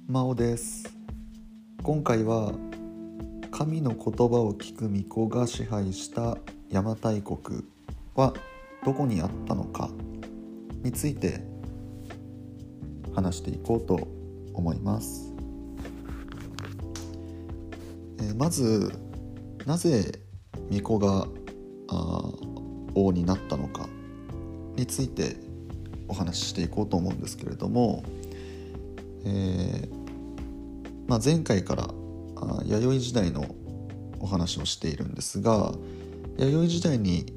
真央です。今回は神の言葉を聞く巫女が支配した邪馬台国はどこにあったのかについて話していこうと思います。まずなぜ巫女が王になったのかについてお話ししていこうと思うんですけれども、前回から弥生時代のお話をしているんですが、弥生時代に、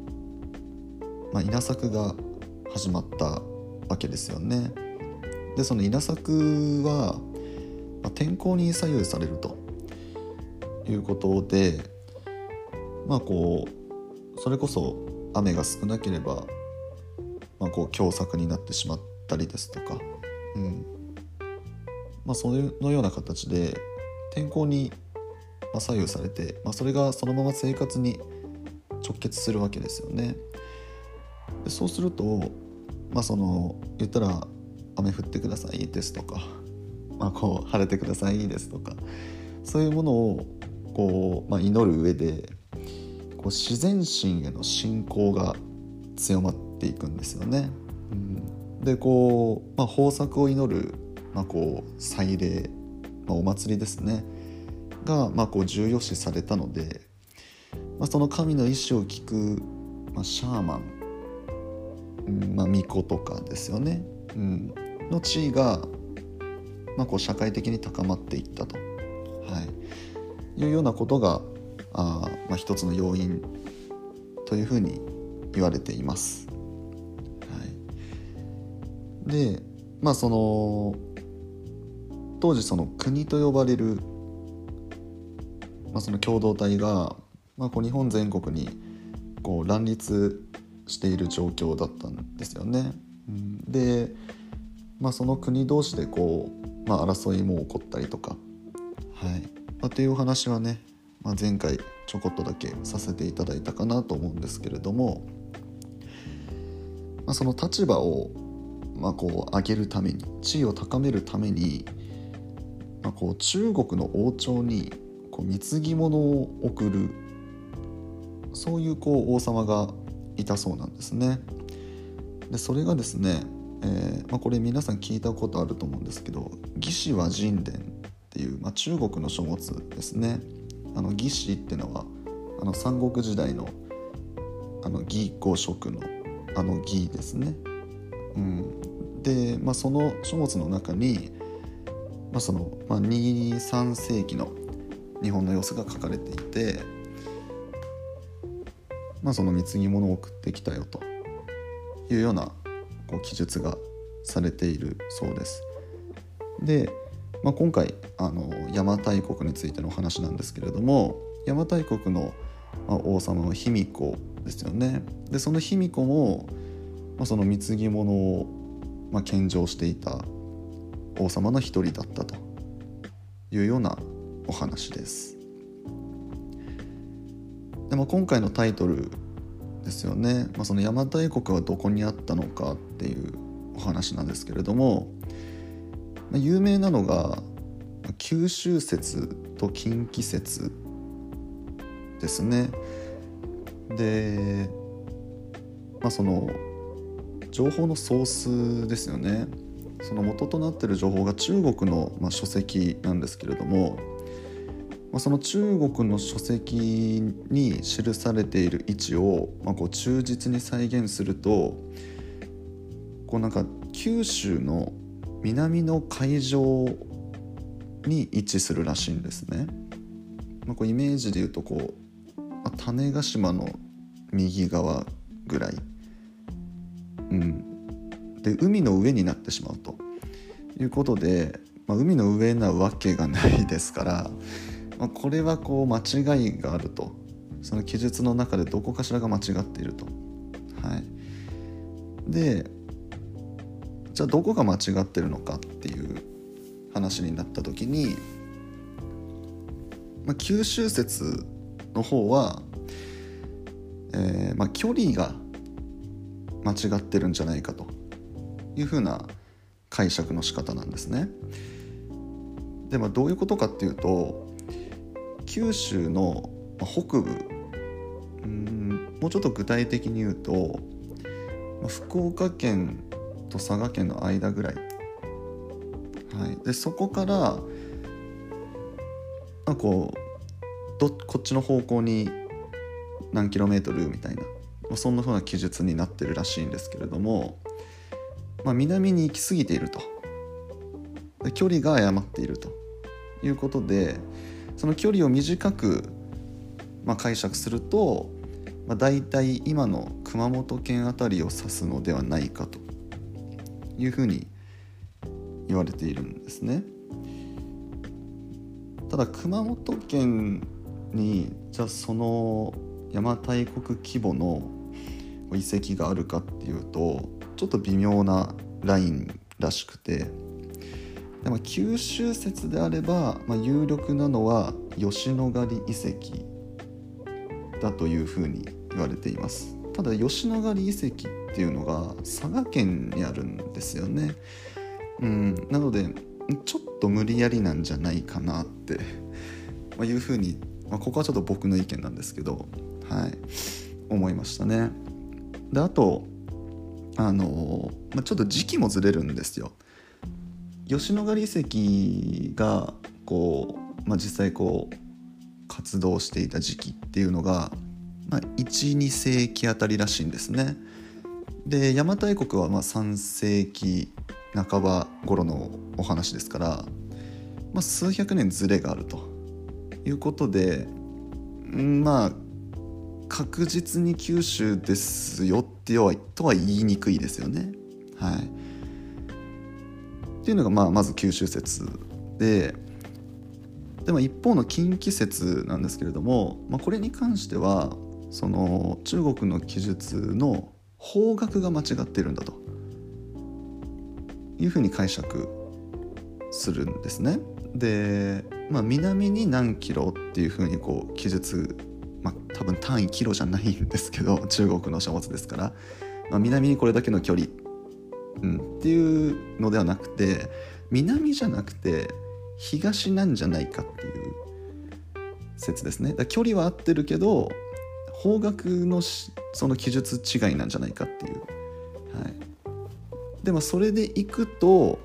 稲作が始まったわけですよね。でその稲作は、天候に左右されるということで、それこそ雨が少なければ、凶作になってしまったりですとか、そのような形で天候に左右されて、それがそのまま生活に直結するわけですよね。でそうすると、言ったら雨降ってくださいですとか、晴れてくださいですとか、そういうものを祈る上で自然神への信仰が強まっていくんですよね。で豊作を祈る祭礼、お祭りですねが重要視されたので、その神の意志を聞く、シャーマン、巫女とかですよね、の地位が、社会的に高まっていったと、いうようなことが一つの要因というふうに言われています。で当時その国と呼ばれる、その共同体が、日本全国に乱立している状況だったんですよね。で、その国同士で争いも起こったりとか、っていうお話はね、前回ちょこっとだけさせていただいたかなと思うんですけれども、その立場を上げるために、地位を高めるために、中国の王朝に貢ぎ物を送る、そういう王様がいたそうなんですね。でそれがですね、これ皆さん聞いたことあると思うんですけど、魏志倭人伝っていう、中国の書物ですね。魏志っていうのは三国時代の魏呉蜀の魏ですね。で、その書物の中に、2、3世紀の日本の様子が書かれていて、その貢ぎ物を送ってきたよというような記述がされているそうです。で、今回邪馬台国についてのお話なんですけれども、邪馬台国の王様の卑弥呼ですよね。でその卑弥呼も、その貢ぎ物を献上していた王様の一人だったというようなお話です。で今回のタイトルですよね、その邪馬台国はどこにあったのかっていうお話なんですけれども、有名なのが九州説と近畿説ですね。で、その情報のソースですよね。その元となっている情報が中国の書籍なんですけれども、その中国の書籍に記されている位置を忠実に再現すると、九州の南の海上に位置するらしいんですね。イメージで言うと種子島の右側ぐらい、で海の上になってしまうということで、海の上なわけがないですから、これは間違いがあると、その記述の中でどこかしらが間違っていると。でじゃあどこが間違ってるのかっていう話になった時に、九州説の方は、距離が間違ってるんじゃないかというふうな解釈の仕方なんですね。 で、どういうことかっていうと、九州の北部、もうちょっと具体的に言うと、福岡県と佐賀県の間ぐらい、でそこからこっちの方向に何キロメートルみたいな、そんな風な記述になってるらしいんですけれども、南に行き過ぎていると、で距離が誤っているということで、その距離を短く、解釈すると、だいたい今の熊本県あたりを指すのではないかというふうに言われているんですね。ただ熊本県にじゃあその邪馬台国規模の遺跡があるかっていうと、ちょっと微妙なラインらしくて、で九州説であれば、有力なのは吉野ヶ里遺跡だというふうに言われています。ただ吉野ヶ里遺跡っていうのが佐賀県にあるんですよね。なのでちょっと無理やりなんじゃないかなっていうふうに、ここはちょっと僕の意見なんですけど、思いましたね。であとちょっと時期もずれるんですよ。吉野ヶ里遺跡が実際活動していた時期っていうのが、1、2世紀あたりらしいんですね。で邪馬台国は3世紀半ば頃のお話ですから、数百年ずれがあるということで、確実に九州ですよとは言いにくいですよね。っていうのがまず九州説で、一方の近畿説なんですけれども、これに関してはその中国の記述の方角が間違っているんだというふうに解釈するんですね。で、南に何キロっていうふうに記述、多分単位キロじゃないんですけど、中国の書物ですから、南にこれだけの距離、っていうのではなくて、南じゃなくて東なんじゃないかっていう説ですね。だから距離は合ってるけど方角のその記述違いなんじゃないかっていう、でそれでいくと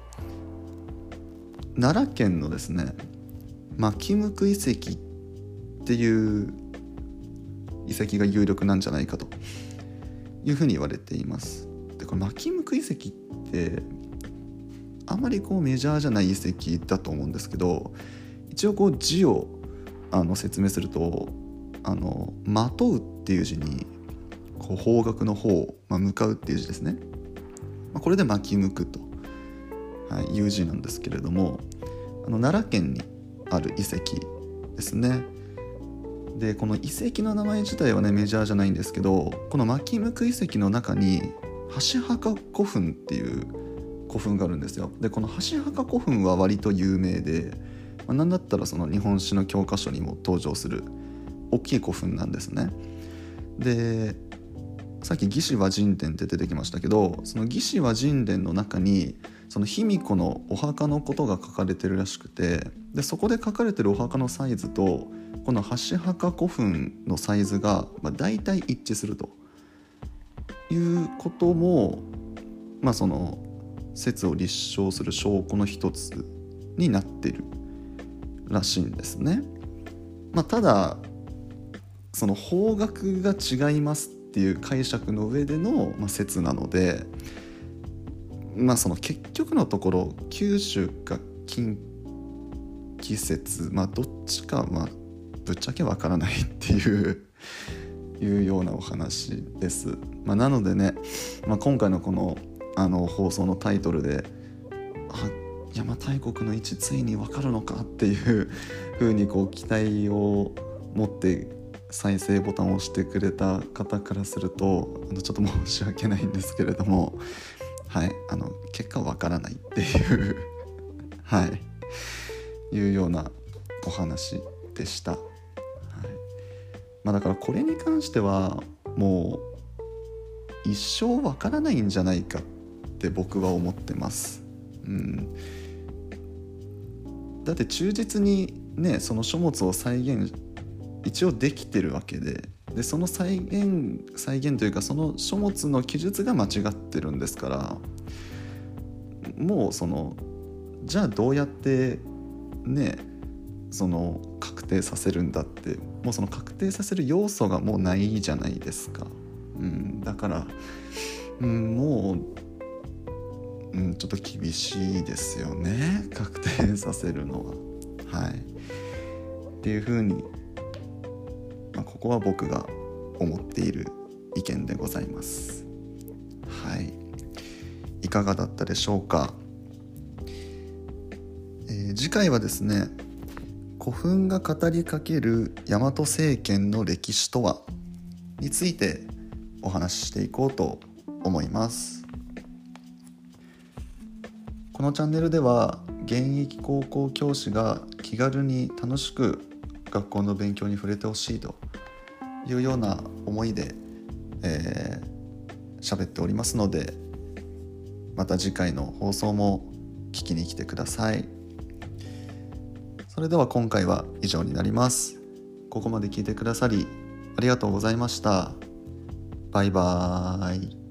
奈良県のですね纏向遺跡っていう遺跡が有力なんじゃないかというふうに言われています。でこれ纏向遺跡ってあまりメジャーじゃない遺跡だと思うんですけど、一応字を説明するとまとうっていう字に方角の方、向かうっていう字ですね。これで纏向くという字なんですけれども、奈良県にある遺跡ですね。でこの遺跡の名前自体はねメジャーじゃないんですけど、この纏向遺跡の中に箸墓古墳っていう古墳があるんですよ。でこの箸墓古墳は割と有名で、なんだったらその日本史の教科書にも登場する大きい古墳なんですね。でさっき魏志倭人伝って出てきましたけど、その魏志倭人伝の中にその卑弥呼のお墓のことが書かれてるらしくて、でそこで書かれてるお墓のサイズとこの箸墓古墳のサイズが大体一致するということも、その説を立証する証拠の一つになっているらしいんですね。ただその方角が違いますっていう解釈の上での、説なので、その結局のところ九州か近畿説、どっちかぶっちゃけわからないっていうようなお話です。なのでね、今回のこの放送のタイトルで邪馬台国の位置ついに分かるのかっていう風に期待を持って再生ボタンを押してくれた方からするとちょっと申し訳ないんですけれども、結果分からないっていういうようなお話でした。だからこれに関してはもう一生分からないんじゃないかって僕は思ってます。 だって忠実にねその書物を再現一応できてるわけで、その再現というかその書物の記述が間違ってるんですから、もうじゃあどうやってねその確定させるんだって、もうその確定させる要素がもうないじゃないですか。だから、もう、ちょっと厳しいですよね、確定させるのは。はい。っていうふうに、ここは僕が思っている意見でございます。はい。いかがだったでしょうか。次回はですね、古墳が語りかける大和政権の歴史とはについてお話ししていこうと思います。このチャンネルでは現役高校教師が気軽に楽しく学校の勉強に触れてほしいというような思いで喋っておりますので、また次回の放送も聞きに来てください。それでは今回は以上になります。ここまで聞いてくださりありがとうございました。バイバーイ。